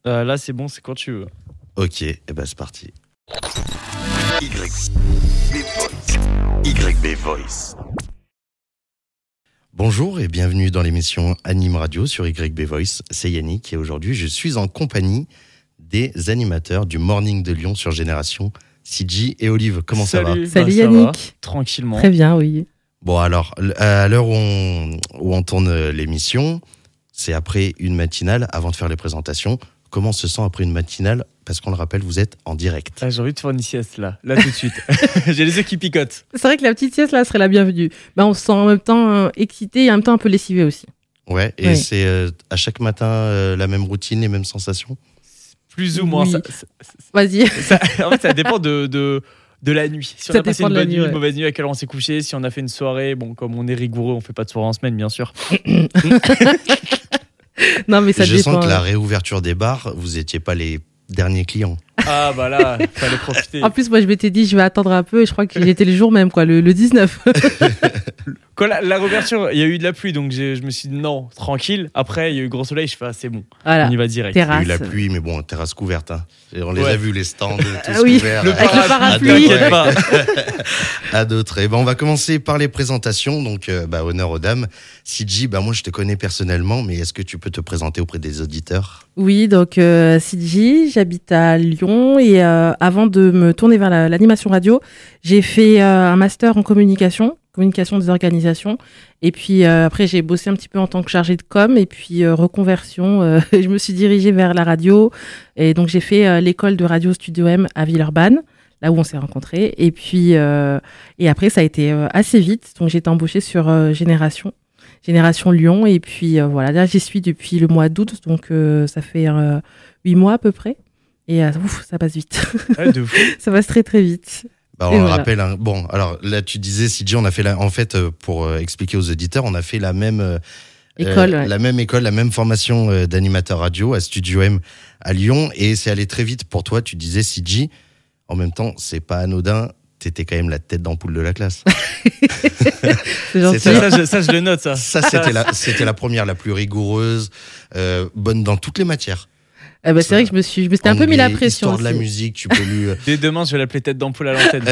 Là, c'est bon, c'est quand tu veux. Ok, et c'est parti. YB Voice. Bonjour et bienvenue dans l'émission Anime Radio sur YB Voice. C'est Yannick et aujourd'hui je suis en compagnie des animateurs du Morning de Lyon sur Génération, CJ et Olive. Comment ça va ? Salut ça Yannick. va, tranquillement. Très bien, oui. Bon alors, à l'heure où on tourne l'émission, c'est après une matinale, avant de faire les présentations. Comment on se sent après une matinale ? Parce qu'on le rappelle, vous êtes en direct. J'ai envie de faire une sieste là tout de suite. J'ai les yeux qui picotent. C'est vrai que la petite sieste là serait la bienvenue. On se sent en même temps excité et en même temps un peu lessivé aussi. Ouais, et Oui. c'est à chaque matin la même routine, les mêmes sensations ? Plus ou moins. Oui. Ça, Vas-y. en fait, ça dépend de la nuit. Si on Ça a passé dépend une de la bonne nuit, nuit, ouais. une mauvaise nuit, à quelle heure on s'est couché, si on a fait une soirée, bon, comme on est rigoureux, on fait pas de soirée en semaine, bien sûr. Non, mais ça Je dépend. sens que la réouverture des bars, vous étiez pas les derniers clients. Ah bah là, fallait profiter. En plus, moi, je m'étais dit, je vais attendre un peu et je crois qu'il était le jour même, quoi, le 19. Quand la réouverture, il y a eu de la pluie, donc je me suis dit non, tranquille. Après, il y a eu gros soleil, je fais c'est bon, Voilà. on y va direct. Il y a Terrasse. eu la pluie, mais bon, terrasse couverte. Hein. Et on les Ouais. a vus, les stands, tous Ah oui, couverts. avec le parapluie. T'inquiète pas. À d'autres. Et on va commencer par les présentations. Donc, honneur aux dames. CJ, moi, je te connais personnellement, mais est-ce que tu peux te présenter auprès des auditeurs ? Oui, donc CJ, j'habite à Lyon et avant de me tourner vers l'animation radio, j'ai fait un master en communication des organisations. Et puis après, j'ai bossé un petit peu en tant que chargée de com et puis reconversion. Je me suis dirigée vers la radio et donc j'ai fait l'école de radio Studio M à Villeurbanne, là où on s'est rencontrés. Et puis et après, ça a été assez vite. Donc j'ai été embauchée sur Génération Lyon. Et puis voilà, là j'y suis depuis le mois d'août, donc ça fait 8 mois à peu près. Et ça passe vite. Ouais, de fou. Ça passe très très vite. On Et le voilà. rappelle. Hein. Bon, alors là, tu disais, CJ, on a fait pour expliquer aux auditeurs, on a fait la même École, ouais. la même école, la même formation d'animateur radio à Studio M à Lyon. Et c'est allé très vite pour toi. Tu disais, CJ, en même temps, c'est pas anodin. T'étais quand même la tête d'ampoule de la classe. C'est gentil. C'est Ça, je le note, ça. Ça, c'était la première, la plus rigoureuse, bonne dans toutes les matières. C'est vrai que je me suis un peu mis la Anglais, pression. Histoire de la aussi. musique, tu peux lui. Dès demain, je vais l'appeler tête d'ampoule à l'antenne.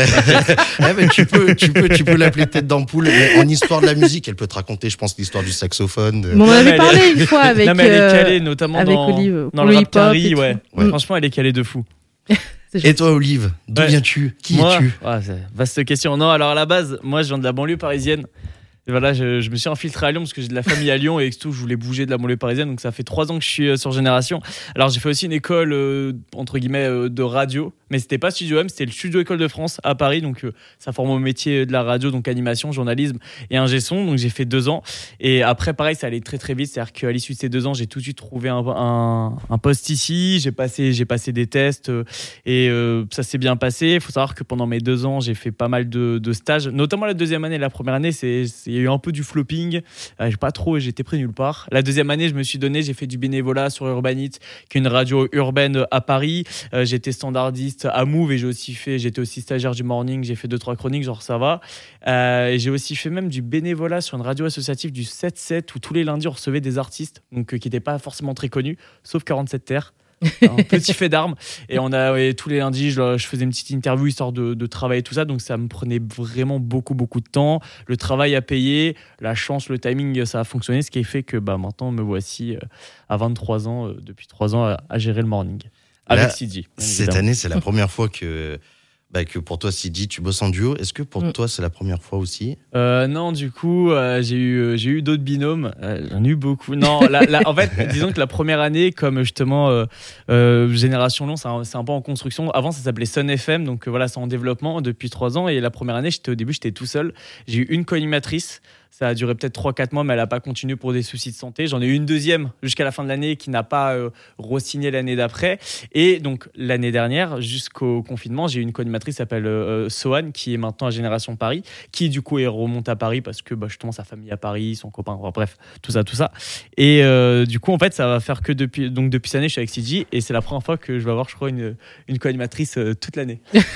Tu peux l'appeler tête d'ampoule. Mais en histoire de la musique, elle peut te raconter, je pense, l'histoire du saxophone. On en Non, mais avait elle parlé est- une fois avec. Non, mais elle est calée, notamment avec dans Olive, dans pour le le rap hip-hop carry, et ouais. tout. Franchement, elle est calée de fou. C'est Et toi, Olive, d'où Ouais. viens-tu ? Qui Moi, es-tu ? c'est vaste question. Non, alors à la base, moi, je viens de la banlieue parisienne. Et voilà, je me suis infiltré à Lyon parce que j'ai de la famille à Lyon et tout, je voulais bouger de la banlieue parisienne. Donc ça fait 3 ans que je suis sur Génération. Alors j'ai fait aussi une école entre guillemets de radio, mais c'était pas Studio M, c'était le Studio École de France à Paris. Donc ça forme au métier de la radio, donc animation, journalisme et ingé son. Donc j'ai fait 2 ans. Et après, pareil, ça allait très très vite. C'est-à-dire qu'à l'issue de ces 2 ans, j'ai tout de suite trouvé un poste ici. J'ai passé des tests et ça s'est bien passé. Il faut savoir que pendant mes 2 ans, j'ai fait pas mal de stages, notamment la deuxième année. La première année, il y a eu un peu du flopping. J'étais pris nulle part. La deuxième année, je me suis donné, j'ai fait du bénévolat sur Urbanit, qui est une radio urbaine à Paris. J'étais standardiste à Move et j'étais aussi stagiaire du morning. J'ai fait 2-3 chroniques, genre ça va. Et j'ai aussi fait même du bénévolat sur une radio associative du 7-7 où tous les lundis on recevait des artistes donc, qui n'étaient pas forcément très connus, sauf 47 Terre. Un petit fait d'armes et tous les lundis je faisais une petite interview histoire de travailler tout ça, donc ça me prenait vraiment beaucoup de temps. Le travail a payé, la chance, le timing, ça a fonctionné, ce qui fait que maintenant me voici à 23 ans depuis 3 ans à gérer le morning avec Là, CJ. Cette année, c'est la première fois que pour toi, CJ, tu bosses en duo. Est-ce que pour toi, c'est la première fois aussi ? Non, du coup, j'ai eu d'autres binômes. J'en ai eu beaucoup. Non, en fait, disons que la première année, comme justement Génération Lyon, c'est un peu en construction. Avant, ça s'appelait Sun FM, donc voilà, c'est en développement depuis 3 ans. Et la première année, au début, j'étais tout seul. J'ai eu une co-animatrice. Ça a duré peut-être 3-4 mois, mais elle n'a pas continué pour des soucis de santé. J'en ai eu une deuxième jusqu'à la fin de l'année qui n'a pas re-signé l'année d'après. Et donc, l'année dernière, jusqu'au confinement, j'ai eu une co-animatrice qui s'appelle Sohan, qui est maintenant à Génération Paris, qui du coup est remonte à Paris parce que justement sa famille à Paris, son copain, bref, tout ça. Et du coup, en fait, ça va faire que depuis cette année, je suis avec CJ et c'est la première fois que je vais avoir, je crois, une co-animatrice toute l'année.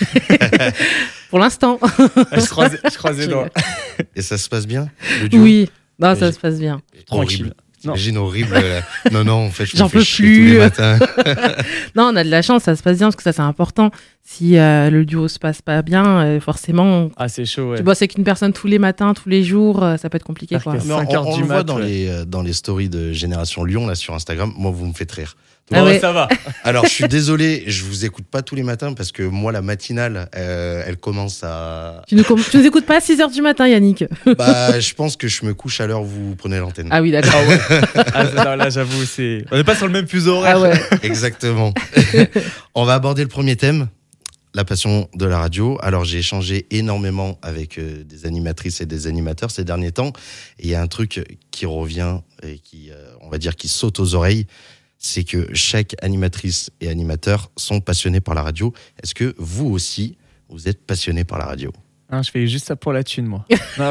Pour l'instant. Je croise les doigts. Et ça se passe bien, le duo ? Oui, ça se passe bien. Tranquille. T'imagines horrible. Non, en fait, je J'en me fais peux chier plus. tous les matins. Non, on a de la chance, ça se passe bien parce que ça c'est important. Si le duo se passe pas bien, forcément, Ah, c'est chaud, ouais. tu bosses avec une personne tous les matins, tous les jours, ça peut être compliqué, quoi. Parce que Non, 5 heures on du le voit mat, dans les stories de Génération Lyon là sur Instagram. Moi, vous me faites rire. Ah Bon, ouais. ça va. Alors, je suis désolé, je vous écoute pas tous les matins parce que moi, la matinale, elle commence à. Tu nous écoutes pas à 6h du matin, Yannick? Bah, je pense que je me couche à l'heure où vous prenez l'antenne. Ah oui, d'accord. Non, là, j'avoue, on n'est pas sur le même fuseau horaire. Ah ouais. Exactement. On va aborder le premier thème, la passion de la radio. Alors, j'ai échangé énormément avec des animatrices et des animateurs ces derniers temps. Et il y a un truc qui revient et qui, on va dire, qui saute aux oreilles. C'est que chaque animatrice et animateur sont passionnés par la radio. Est-ce que vous aussi, vous êtes passionné par la radio ? Hein, je fais juste ça pour la thune, moi. Non,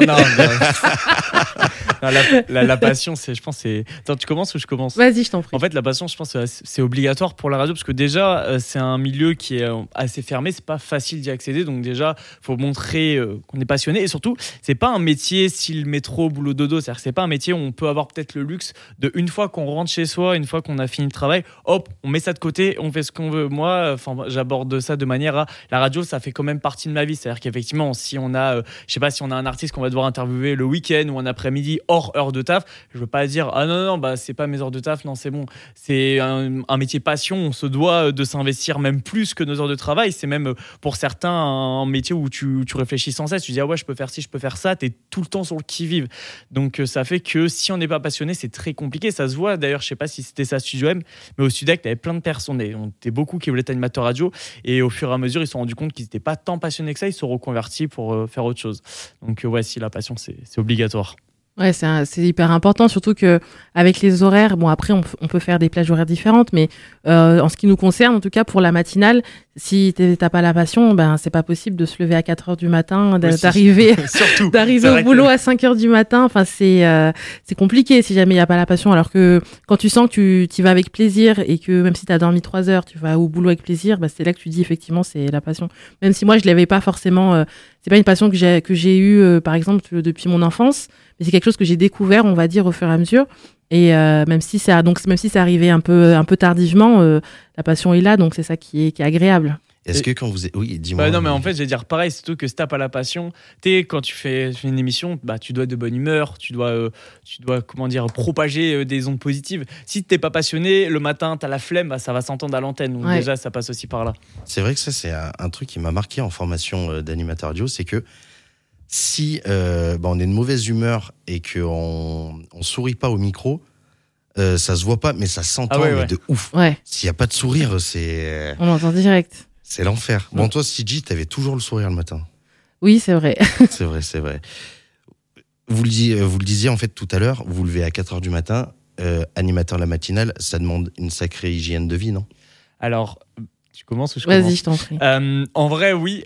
la passion, je pense, c'est. Attends, tu commences ou je commence ? Vas-y, je t'en prie. En fait, la passion, je pense, c'est obligatoire pour la radio parce que déjà, c'est un milieu qui est assez fermé, c'est pas facile d'y accéder. Donc déjà, faut montrer qu'on est passionné et surtout, c'est pas un métier style métro, boulot, dodo. C'est-à-dire que c'est pas un métier où on peut avoir peut-être le luxe de une fois qu'on rentre chez soi, une fois qu'on a fini le travail, hop, on met ça de côté, on fait ce qu'on veut. Moi, j'aborde ça de manière à la radio, ça fait quand même partie de ma vie. C'est-à-dire qu'effectivement, si on a, je sais pas, si on a un artiste qu'on va devoir interviewer le week-end ou un après-midi hors heure de taf, je veux pas dire ah non, bah c'est pas mes heures de taf, non c'est bon. C'est un métier passion, on se doit de s'investir même plus que nos heures de travail. C'est même pour certains un métier où tu réfléchis sans cesse, tu dis ah ouais je peux faire ci, je peux faire ça, t'es tout le temps sur le qui-vive. Donc ça fait que si on n'est pas passionné, c'est très compliqué. Ça se voit d'ailleurs, je sais pas si c'était ça Studio M, mais au Sudec t'avais plein de personnes, on était beaucoup qui voulaient être animateurs radio et au fur et à mesure ils se sont rendus compte qu'ils n'étaient pas tant passionnés que ça, ils se sont reconvertis pour faire autre chose. Donc ouais, si la passion c'est obligatoire. Ouais, c'est hyper important, surtout que avec les horaires, bon après on peut faire des plages horaires différentes, mais en ce qui nous concerne, en tout cas pour la matinale, si t'as pas la passion, ben c'est pas possible de se lever à 4h du matin, d'arriver au boulot à 5h du matin. Enfin c'est compliqué si jamais il y a pas la passion. Alors que quand tu sens que tu vas avec plaisir et que même si t'as dormi 3 heures, tu vas au boulot avec plaisir, ben c'est là que tu dis effectivement c'est la passion. Même si moi je l'avais pas forcément, c'est pas une passion que j'ai eue par exemple depuis mon enfance. Mais c'est quelque chose que j'ai découvert, on va dire, au fur et à mesure. Et même si ça arrivait un peu tardivement, la passion est là, donc c'est ça qui est agréable. Est-ce que quand vous... Oui, dis-moi. Bah non, mais en fait, je vais dire pareil, surtout que si t'as pas la passion, quand tu fais une émission, bah, tu dois être de bonne humeur, tu dois comment dire, propager des ondes positives. Si t'es pas passionné, le matin, t'as la flemme, bah, ça va s'entendre à l'antenne. Donc déjà, ça passe aussi par là. C'est vrai que ça, c'est un truc qui m'a marqué en formation d'animateur radio, c'est que si on est de mauvaise humeur et qu'on ne sourit pas au micro, ça se voit pas, mais ça s'entend de ouf. Ouais. S'il n'y a pas de sourire, c'est... On l'entend direct. C'est l'enfer. Bon, toi, CG, t'avais toujours le sourire le matin. Oui, c'est vrai. C'est vrai. Vous le disiez en fait tout à l'heure, vous vous levez à 4h du matin, animateur la matinale, ça demande une sacrée hygiène de vie, non ? Alors... Tu commences ou je commence ? Vas-y, je t'en prie. En vrai, oui.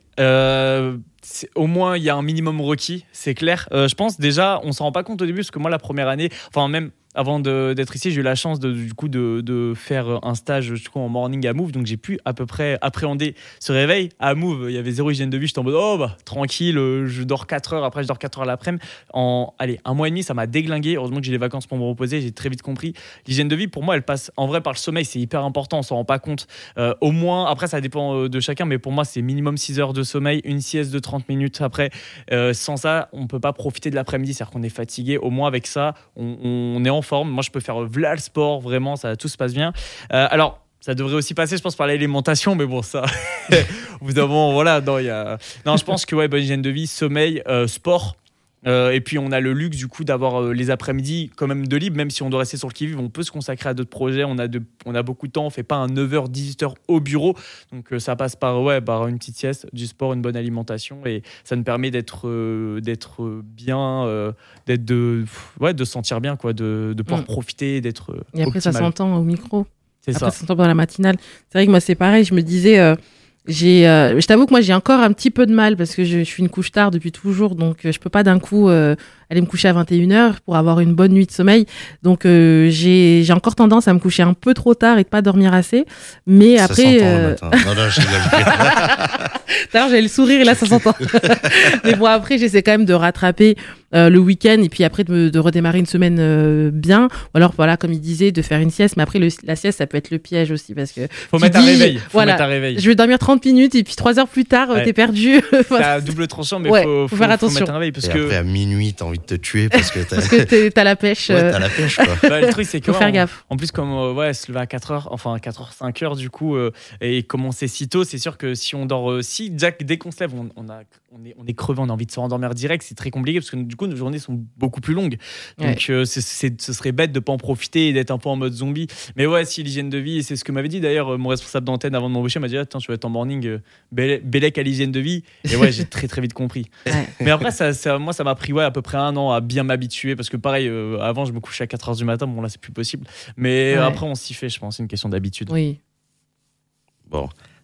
Au moins, il y a un minimum requis, c'est clair. Je pense déjà, on s'en rend pas compte au début, parce que moi, la première année, enfin même avant d'être ici, j'ai eu la chance de faire un stage en morning à Move, donc j'ai pu à peu près appréhender ce réveil. À Move, il y avait zéro hygiène de vie, j'étais en mode tranquille, je dors 4 heures, après je dors 4 heures l'après-midi. Un mois et demi, ça m'a déglingué. Heureusement que j'ai les vacances pour me reposer, j'ai très vite compris. L'hygiène de vie, pour moi, elle passe en vrai par le sommeil, c'est hyper important, on s'en rend pas compte. Au moins, après ça dépend de chacun, mais pour moi, c'est minimum 6 heures de sommeil, une sieste de 30 minutes. Après, sans ça, on peut pas profiter de l'après-midi, c'est-à-dire qu'on est fatigué. Au moins, avec ça, on est en forme. Moi, je peux faire le sport, vraiment, tout se passe bien. Alors, ça devrait aussi passer, je pense, par l'alimentation, mais bon, ça, vous avez, voilà, non, je pense que bonne hygiène de vie, sommeil, sport. Et puis on a le luxe du coup d'avoir les après-midi quand même de libre, même si on doit rester sur le qui-vive, on peut se consacrer à d'autres projets, on a beaucoup de temps, on fait pas un 9h 18h au bureau, donc ça passe par une petite sieste, du sport, une bonne alimentation, et ça nous permet d'être bien, de se sentir bien, quoi, de pouvoir profiter, d'être et après optimal. Ça s'entend au micro, c'est après ça s'entend dans la matinale. C'est vrai que moi c'est pareil, je me disais je t'avoue que moi j'ai encore un petit peu de mal parce que je suis une couche tard depuis toujours, donc je peux pas d'un coup aller me coucher à 21h pour avoir une bonne nuit de sommeil, donc j'ai encore tendance à me coucher un peu trop tard et de pas dormir assez, mais ça après s'entend le matin. Non, je tout à l'heure j'avais le sourire et là ça s'entend. Mais bon, après j'essaie quand même de rattraper le week-end et puis après de redémarrer une semaine bien. Ou alors, voilà, comme il disait, de faire une sieste. Mais après, la sieste, ça peut être le piège aussi parce que. Faut mettre un réveil. Mettre un réveil. Je vais dormir 30 minutes et puis 3 heures plus tard, t'es perdu. T'as double tranchant, mais faut faire attention. Faut mettre un réveil. Parce que... après, à minuit, t'as envie de te tuer parce que t'as la pêche. Ouais, t'as la pêche, quoi. Le truc, c'est que. Faut faire gaffe. En plus, comme se lever à 4h, enfin 4h, 5h, du coup, et commencer si tôt, c'est sûr que si on dort. Dès qu'on se lève, on est crevé, on a envie de se rendormir direct, c'est très compliqué parce que du coup, nos journées sont beaucoup plus longues. Donc, ce serait bête de pas en profiter et d'être un peu en mode zombie. Mais ouais, si l'hygiène de vie, et c'est ce que m'avait dit d'ailleurs mon responsable d'antenne avant de m'embaucher, m'a dit attends, tu vas être en morning, bellec à l'hygiène de vie. Et ouais, j'ai très très vite compris. Mais après, moi, ça m'a pris à peu près 1 an à bien m'habituer parce que pareil, avant, je me couchais à 4h du matin. Bon, là, c'est plus possible. Mais après, on s'y fait, je pense. C'est une question d'habitude. Oui. Bon.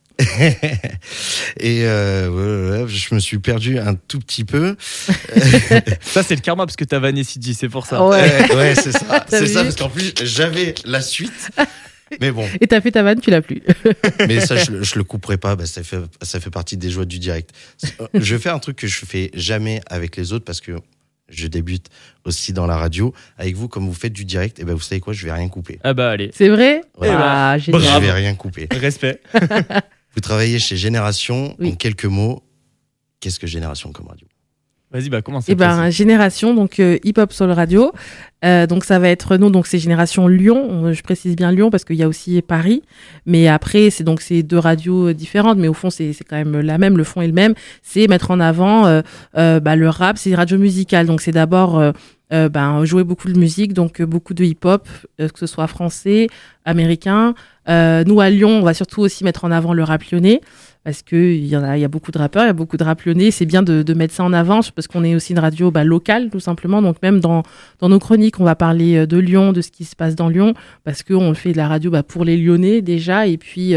Et je me suis perdu un tout petit peu. Ça, c'est le karma parce que t'as vanné CG, c'est pour ça. Ouais, c'est ça. C'est ça parce qu'en plus, j'avais la suite. Mais bon. Et t'as fait ta vanne, tu l'as plus. Mais ça, je le couperai pas. Ça fait partie des joies du direct. Je fais un truc que je fais jamais avec les autres parce que je débute aussi dans la radio. Avec vous, comme vous faites du direct, et vous savez quoi, je vais rien couper. Ah bah allez. C'est vrai. Ouais. Génial. Je vais rien couper. Respect. Vous travaillez chez Génération. Oui. En quelques mots, qu'est-ce que Génération comme radio? Vas-y, commence. Génération, donc hip-hop soul radio. Donc ça va être nous, donc c'est Génération Lyon. Je précise bien Lyon parce qu'il y a aussi Paris. Mais après, c'est 2 radios différentes. Mais au fond, c'est quand même la même. Le fond est le même. C'est mettre en avant le rap. C'est une radio musicale. Donc c'est d'abord jouer beaucoup de musique, donc beaucoup de hip-hop, que ce soit français, américain. Nous à Lyon, on va surtout aussi mettre en avant le rap lyonnais. Parce qu'il y a beaucoup de rappeurs, il y a beaucoup de rap lyonnais. C'est bien de mettre ça en avant parce qu'on est aussi une radio locale, tout simplement. Donc, même dans nos chroniques, on va parler de Lyon, de ce qui se passe dans Lyon, parce qu'on fait de la radio pour les Lyonnais déjà, et puis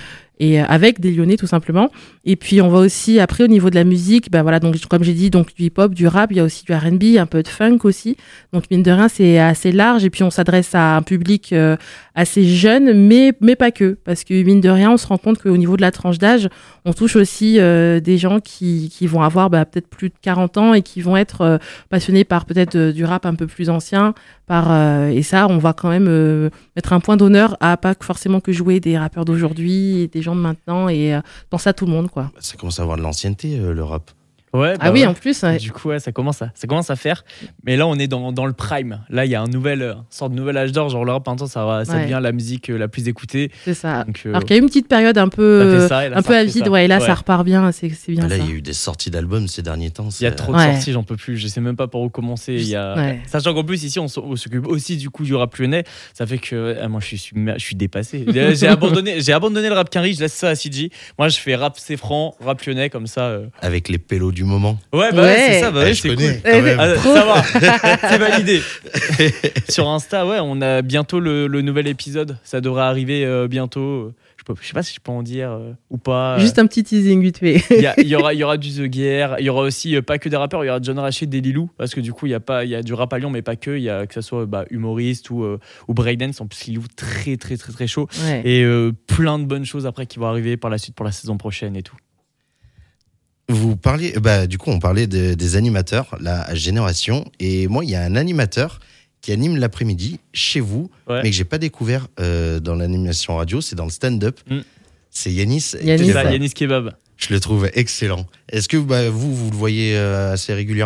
avec des Lyonnais, tout simplement. Et puis, on va aussi, après, au niveau de la musique, donc, comme j'ai dit, donc, du hip-hop, du rap, il y a aussi du R&B, un peu de funk aussi. Donc, mine de rien, c'est assez large. Et puis, on s'adresse à un public assez jeune, mais pas que. Parce que, mine de rien, on se rend compte qu'au niveau de la tranche d'âge, on touche aussi des gens qui vont avoir peut-être plus de 40 ans et qui vont être passionnés par peut-être du rap un peu plus ancien. Et ça, on va quand même mettre un point d'honneur à pas forcément que jouer des rappeurs d'aujourd'hui et des gens de maintenant et penser à tout le monde, quoi. Ça commence à avoir de l'ancienneté, le rap. Ouais, oui, en plus. Ouais. Du coup, ça commence à faire. Mais là, on est dans le prime. Là, il y a une sorte de nouvel âge d'or. Genre, le rap, maintenant, ça devient la musique la plus écoutée. C'est ça. Donc, alors qu'il y a eu une petite période un peu avide. Ouais, et là, ça repart bien. C'est bien là, ça. il y a eu des sorties d'albums ces derniers temps. Il y a trop de sorties, j'en peux plus. Je sais même pas par où commencer. Sachant qu'en plus, ici, on s'occupe aussi du coup du rap lyonnais. Ça fait que moi, je suis dépassé. J'ai abandonné le rap quinri. Je laisse ça à CG. Moi, je fais rap franc, rap lyonnais comme ça. Avec les pélos du moment. Ouais, c'est ça, je connais, cool. Quand même. Ça va, c'est validé. Sur Insta, on a bientôt le nouvel épisode. Ça devrait arriver bientôt. Je sais pas si je peux en dire ou pas. Juste un petit teasing vite fait. Il y aura du The Gear, il y aura aussi pas que des rappeurs, il y aura John Rachid, des Lilou, parce que du coup il y a du rap à Lyon, mais pas que. Il y a que ça soit humoriste ou breakdance. En plus Lilou très très très très chaud et plein de bonnes choses après qui vont arriver par la suite pour la saison prochaine et tout. Vous parliez, du coup, on parlait des animateurs, la Génération. Et moi, il y a un animateur qui anime l'après-midi chez vous, mais que j'ai pas découvert dans l'animation radio. C'est dans le stand-up. C'est Yanis Kebab. Je le trouve excellent. Est-ce que vous le voyez assez régulièrement ?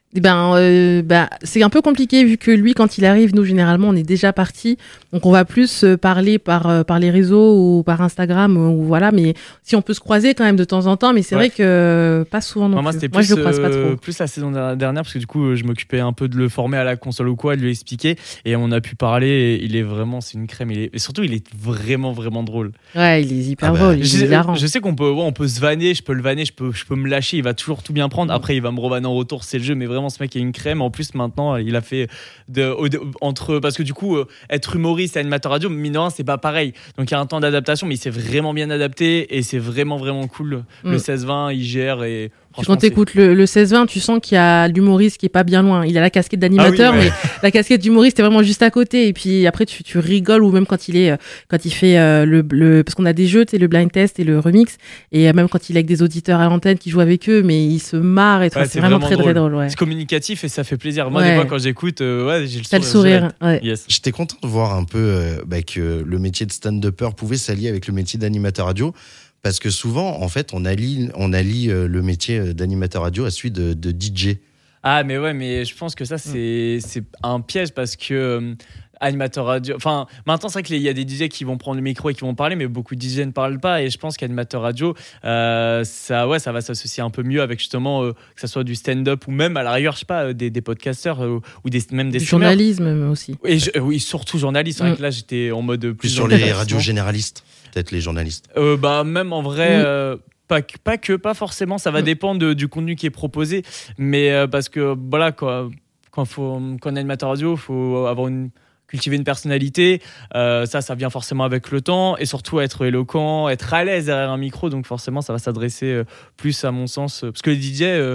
C'est un peu compliqué vu que lui, quand il arrive, nous généralement on est déjà partis, donc on va plus parler par les réseaux ou par Instagram ou voilà, mais si on peut se croiser quand même de temps en temps, mais c'est vrai que pas souvent non plus. Moi je le croise pas trop. Plus la saison dernière parce que du coup je m'occupais un peu de le former à la console ou quoi, de lui expliquer et on a pu parler. Et il est vraiment, c'est une crème. Et surtout il est vraiment vraiment drôle. Ouais, il est hyper drôle. Il est hilarant. Je sais qu'on peut se vanner, je peux le vanner, je peux me lâcher, il va toujours tout bien prendre. Après il va me revanner en retour, c'est le jeu, mais vraiment ce mec est une crème. En plus maintenant il a fait parce que du coup être humoriste et animateur radio, mine de rien, c'est pas pareil, donc il y a un temps d'adaptation, mais il s'est vraiment bien adapté et c'est vraiment vraiment cool. Le 16-20 il gère et franchement, quand t'écoutes le 16-20, tu sens qu'il y a l'humoriste qui est pas bien loin. Il a la casquette d'animateur, mais la casquette d'humoriste est vraiment juste à côté. Et puis après, tu rigoles, ou même quand il fait parce qu'on a des jeux, tu sais, le blind test et le remix. Et même quand il est avec des auditeurs à l'antenne qui jouent avec eux, mais il se marre et tout. C'est vraiment très, très drôle. Ouais. C'est communicatif et ça fait plaisir. Moi, des fois, quand j'écoute, j'ai le sourire. Ouais. Yes. J'étais content de voir un peu que le métier de stand-upper pouvait s'allier avec le métier d'animateur radio. Parce que souvent, en fait, on allie le métier d'animateur radio à celui de DJ. Ah, mais ouais, mais je pense que ça, c'est un piège parce que animateur radio. Enfin, maintenant, c'est vrai qu'il y a des DJ qui vont prendre le micro et qui vont parler, mais beaucoup de DJ ne parlent pas. Et je pense qu'animateur radio, ça va s'associer un peu mieux avec justement que ça soit du stand-up ou même à la rigueur, je sais pas, des podcasteurs ou même des streamers. Journalisme aussi. Et oui, surtout journaliste. C'est vrai que là, j'étais en mode plus sur les radios généralistes. Peut-être les journalistes. Même en vrai, pas forcément. Ça va dépendre du contenu qui est proposé. Mais parce que voilà, quand on est animateur radio, il faut cultiver une personnalité. Ça vient forcément avec le temps. Et surtout être éloquent, être à l'aise derrière un micro. Donc forcément, ça va s'adresser plus à mon sens. Parce que les DJ,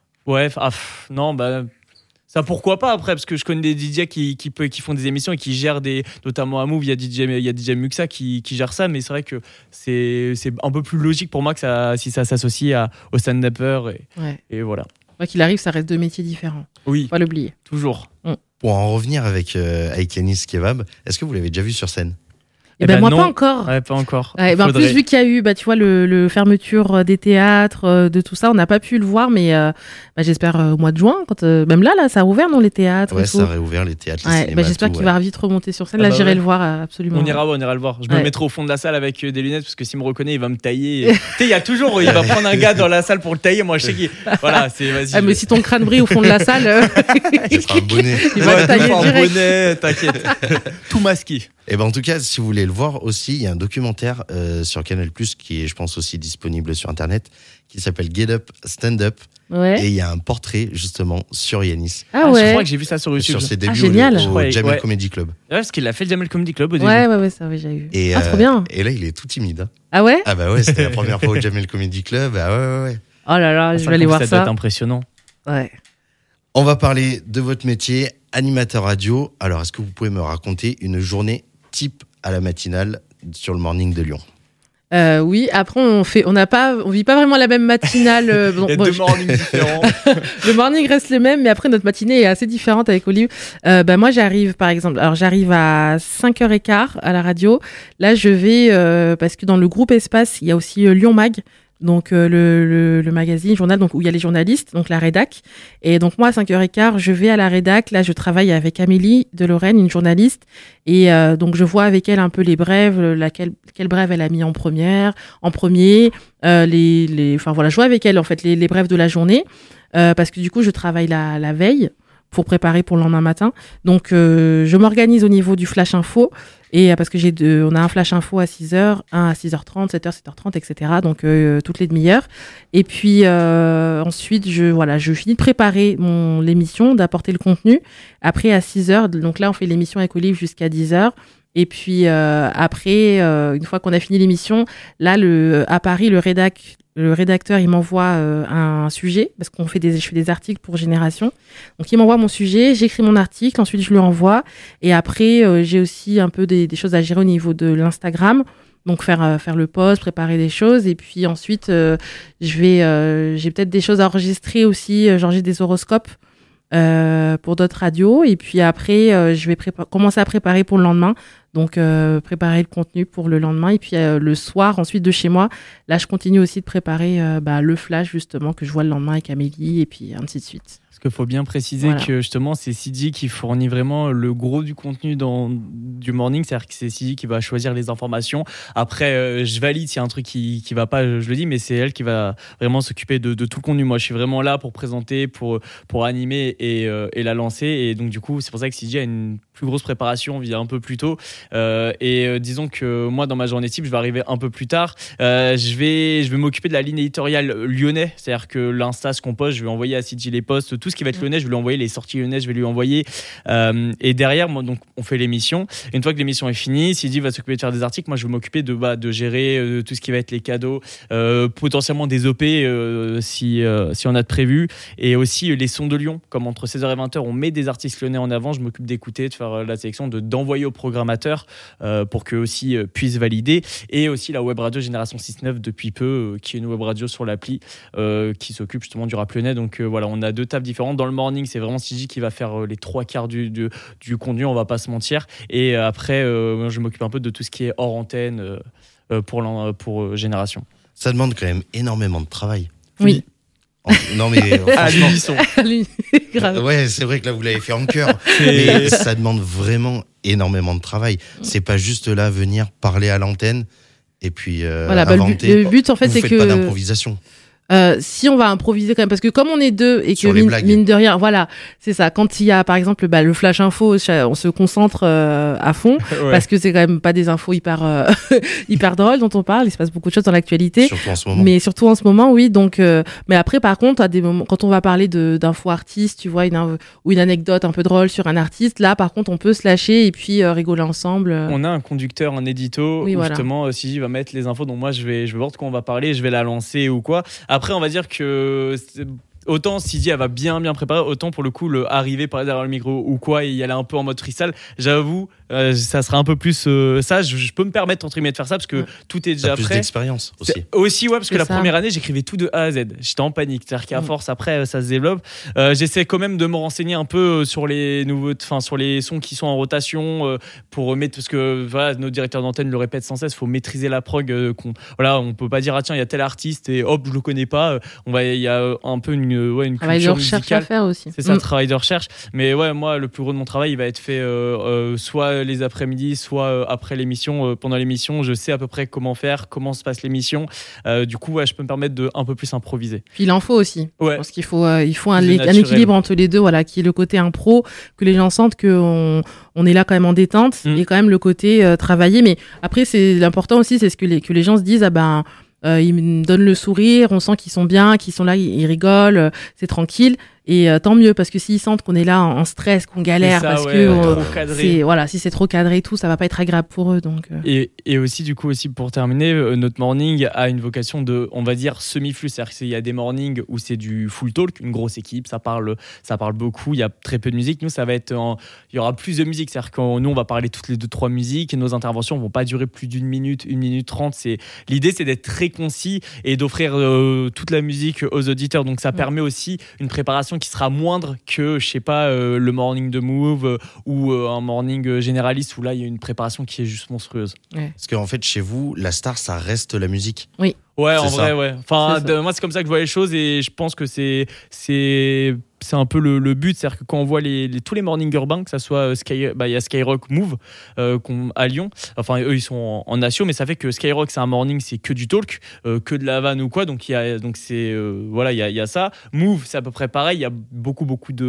ça pourquoi pas après, parce que je connais des DJ qui font des émissions et qui gèrent notamment à Move, il y a DJ Muxa qui gère ça, mais c'est vrai que c'est un peu plus logique pour moi que si ça s'associe au stand-upper et voilà. Quoi qu'il arrive, ça reste deux métiers différents. Oui. Faut pas l'oublier. Toujours. Pour en revenir avec Yanis Kebab, est-ce que vous l'avez déjà vu sur scène? Moi, non. pas encore. Ouais, pas encore. En plus, vu qu'il y a eu, tu vois, le fermeture des théâtres, de tout ça, on n'a pas pu le voir, mais j'espère au mois de juin, quand même là, ça a rouvert, non, les théâtres. Ouais, ça a réouvert les théâtres, les cinémas. J'espère qu'il va vite remonter sur scène. J'irai le voir absolument. On ira le voir. Je me mettrai au fond de la salle avec des lunettes, parce que s'il me reconnaît, il va me tailler. Tu sais, il y a toujours, il va prendre un gars dans la salle pour le tailler. Moi, je sais qu'il. Voilà, c'est vas-y. Mais si ton crâne brille au fond de la salle, ça sera un bonnet. Il va te tailler direct. Un bonnet, t'inquiète. Tout masqué. Et en tout cas, si vous voulez le voir aussi, il y a un documentaire sur Canal+, qui est, je pense, aussi disponible sur Internet, qui s'appelle Get Up, Stand Up. Ouais. Et il y a un portrait, justement, sur Yanis. Ah ouais. Je crois que j'ai vu ça sur YouTube. Sur ses débuts génial. au Jamel Comedy Club. Ouais, parce qu'il a fait le Jamel Comedy Club au début. Ouais, ça, j'ai vu. Et, trop bien. Et là, il est tout timide. Hein. Ah ouais? Ah bah ouais, c'était la première fois au Jamel Comedy Club. Ah ouais. Oh là là, je vais aller voir ça. Ça doit être impressionnant. Ouais. On va parler de votre métier, animateur radio. Alors, est-ce que vous pouvez me raconter une journée type à la matinale sur le Morning de Lyon? Oui, après on vit pas vraiment la même matinale. Il y a deux mornings différents. Le morning reste le même, mais après notre matinée est assez différente avec Olive. Moi j'arrive à 5h15 à la radio. Là je vais parce que dans le groupe Espace il y a aussi Lyon Mag. Donc le magazine, journal, donc où il y a les journalistes, donc la rédac. Et donc moi à 5h15, je vais à la rédac. Là, je travaille avec Amélie de Lorraine, une journaliste. Et donc je vois avec elle un peu les brèves, quelle brève elle a mis en premier. Je vois avec elle en fait les brèves de la journée, parce que du coup je travaille la veille pour préparer pour le lendemain matin. Donc je m'organise au niveau du flash info. Et parce que on a un flash info à 6h, un à 6h30, 7h, 7h30, etc. Donc toutes les demi-heures. Et puis ensuite, je finis de préparer l'émission, d'apporter le contenu. Après à 6h, donc là on fait l'émission avec Olive jusqu'à 10h. Et puis après, une fois qu'on a fini l'émission, là à Paris, le rédacteur, il m'envoie un sujet, parce je fais des articles pour Génération. Donc, il m'envoie mon sujet, j'écris mon article, ensuite je lui envoie. Et après, j'ai aussi un peu des choses à gérer au niveau de l'Instagram. Donc, faire le post, préparer des choses. Et puis ensuite, j'ai peut-être des choses à enregistrer aussi. J'enregistre des horoscopes pour d'autres radios. Et puis après, je vais commencer à préparer pour le lendemain. Donc, préparer le contenu pour le lendemain. Et puis, le soir, ensuite, de chez moi, là, je continue aussi de préparer le flash, justement, que je vois le lendemain avec Amélie, et puis ainsi de suite. Parce qu'il faut bien préciser que, justement, c'est CJ qui fournit vraiment le gros du contenu du morning. C'est-à-dire que c'est CJ qui va choisir les informations. Après, je valide s'il y a un truc qui va pas, je le dis, mais c'est elle qui va vraiment s'occuper de tout le contenu. Moi, je suis vraiment là pour présenter, pour animer et la lancer. Et donc, du coup, c'est pour ça que CJ a une plus grosse préparation, vient un peu plus tôt. Disons que moi, dans ma journée type, je vais arriver un peu plus tard. Je vais m'occuper de la ligne éditoriale lyonnais. C'est-à-dire que l'Insta se compose, je vais envoyer à CJ les posts, tout tout ce qui va être lyonnais, je vais lui envoyer les sorties lyonnaises, je vais lui envoyer. Et derrière, moi, donc, on fait l'émission. Et une fois que l'émission est finie, Sidi va s'occuper de faire des articles. Moi, je vais m'occuper de gérer tout ce qui va être les cadeaux, potentiellement des OP si on a de prévu. Et aussi les sons de Lyon. Comme entre 16h et 20h, on met des artistes lyonnais en avant. Je m'occupe d'écouter, de faire la sélection, d'envoyer aux programmateurs pour qu'eux aussi puissent valider. Et aussi la web radio Génération 6-9 depuis peu, qui est une web radio sur l'appli qui s'occupe justement du rap lyonnais. Donc voilà, on a deux tables différentes. Dans le morning, c'est vraiment Sidi qui va faire les 3/4 du contenu, on va pas se mentir. Et après, je m'occupe un peu de tout ce qui est hors antenne pour Génération. Ça demande quand même énormément de travail. Oui. Non mais À l'unisson. Grave. ouais, c'est vrai que là vous l'avez fait en cœur, mais ça demande vraiment énormément de travail. C'est pas juste là venir parler à l'antenne et puis Voilà, inventer. le but en fait Vous c'est faites que pas d'improvisation. si on va improviser quand même, parce que comme on est deux et que Sur les blagues. mine de rien, voilà, c'est ça. Quand il y a par exemple le flash info, on se concentre à fond Ouais. parce que c'est quand même pas des infos hyper hyper drôles dont on parle. Il se passe beaucoup de choses dans l'actualité. Surtout en ce moment. Mais surtout en ce moment, oui. Donc, mais après, par contre, à des moments, quand on va parler d'infos artistes, tu vois, ou une anecdote un peu drôle sur un artiste, là, par contre, on peut se lâcher et puis rigoler ensemble. On a un conducteur, un édito, Oui, où voilà. justement Sidi va mettre les infos. Donc moi, je vais voir de quoi on va parler, je vais la lancer ou quoi. Après, on va dire que autant Sidi elle va bien préparer, autant pour le coup le arriver par derrière le micro ou quoi et y aller un peu en mode freestyle, j'avoue ça sera un peu plus ça, je peux me permettre entre guillemets de faire ça parce que tout est déjà T'as plus prêt. d'expérience aussi. Aussi ouais, parce que C'est la ça. première année j'écrivais tout de A à Z, j'étais en panique, c'est-à-dire qu'à force après ça se développe. J'essaie quand même de me renseigner un peu sur les sur les sons qui sont en rotation pour mettre, parce que voilà, nos directeurs d'antenne le répètent sans cesse, faut maîtriser la prog, voilà, on peut pas dire ah tiens il y a tel artiste et hop je le connais pas, il y a un peu une Travail de culture recherche musicale. à faire aussi. C'est ça, travail de recherche. Mais ouais, moi, le plus gros de mon travail, il va être fait soit les après-midi, soit après l'émission. Pendant l'émission, je sais à peu près comment faire, comment se passe l'émission. Du coup, ouais, je peux me permettre de un peu plus improviser. Puis il en faut aussi. Ouais. Parce qu'il faut, il faut un Le naturel. équilibre entre les deux, voilà, qui est le côté impro, que les gens sentent qu'on est là quand même en détente, et quand même le côté travailler. Mais après, c'est l'important aussi, c'est que les gens se disent, ah ben, ils me donnent le sourire, on sent qu'ils sont bien, qu'ils sont là, ils rigolent, c'est tranquille. Et tant mieux, parce que s'ils sentent qu'on est là en stress, qu'on galère, Ça, parce ouais, que trop cadré. si c'est trop cadré et tout, ça va pas être agréable pour eux. Donc, Et aussi, du coup, aussi pour terminer, notre morning a une vocation de, on va dire, semi-flux. C'est-à-dire qu'il y a des mornings où c'est du full talk, une grosse équipe, ça parle beaucoup, il y a très peu de musique. Nous, ça va être, il y aura plus de musique. C'est-à-dire que nous, on va parler toutes les 2-3 musiques et nos interventions vont pas durer plus d'1 minute, 1 minute 30. L'idée, c'est d'être très concis et d'offrir toute la musique aux auditeurs. Donc, ça permet aussi une préparation qui sera moindre que, je sais pas, le morning de Move ou un morning généraliste où là, il y a une préparation qui est juste monstrueuse. Parce qu'en fait, chez vous, la star, ça reste la musique. oui. Ouais, en C'est vrai, ça. ouais. Enfin, C'est ça. moi, c'est comme ça que je vois les choses et je pense que c'est un peu le but. C'est-à-dire que quand on voit tous les mornings urbains, que ça soit il y a Skyrock Move à Lyon. Enfin, eux, ils sont en nation, mais ça fait que Skyrock, c'est un morning, c'est que du talk, que de la vanne ou quoi. Donc, il y a ça. Move, c'est à peu près pareil. Il y a beaucoup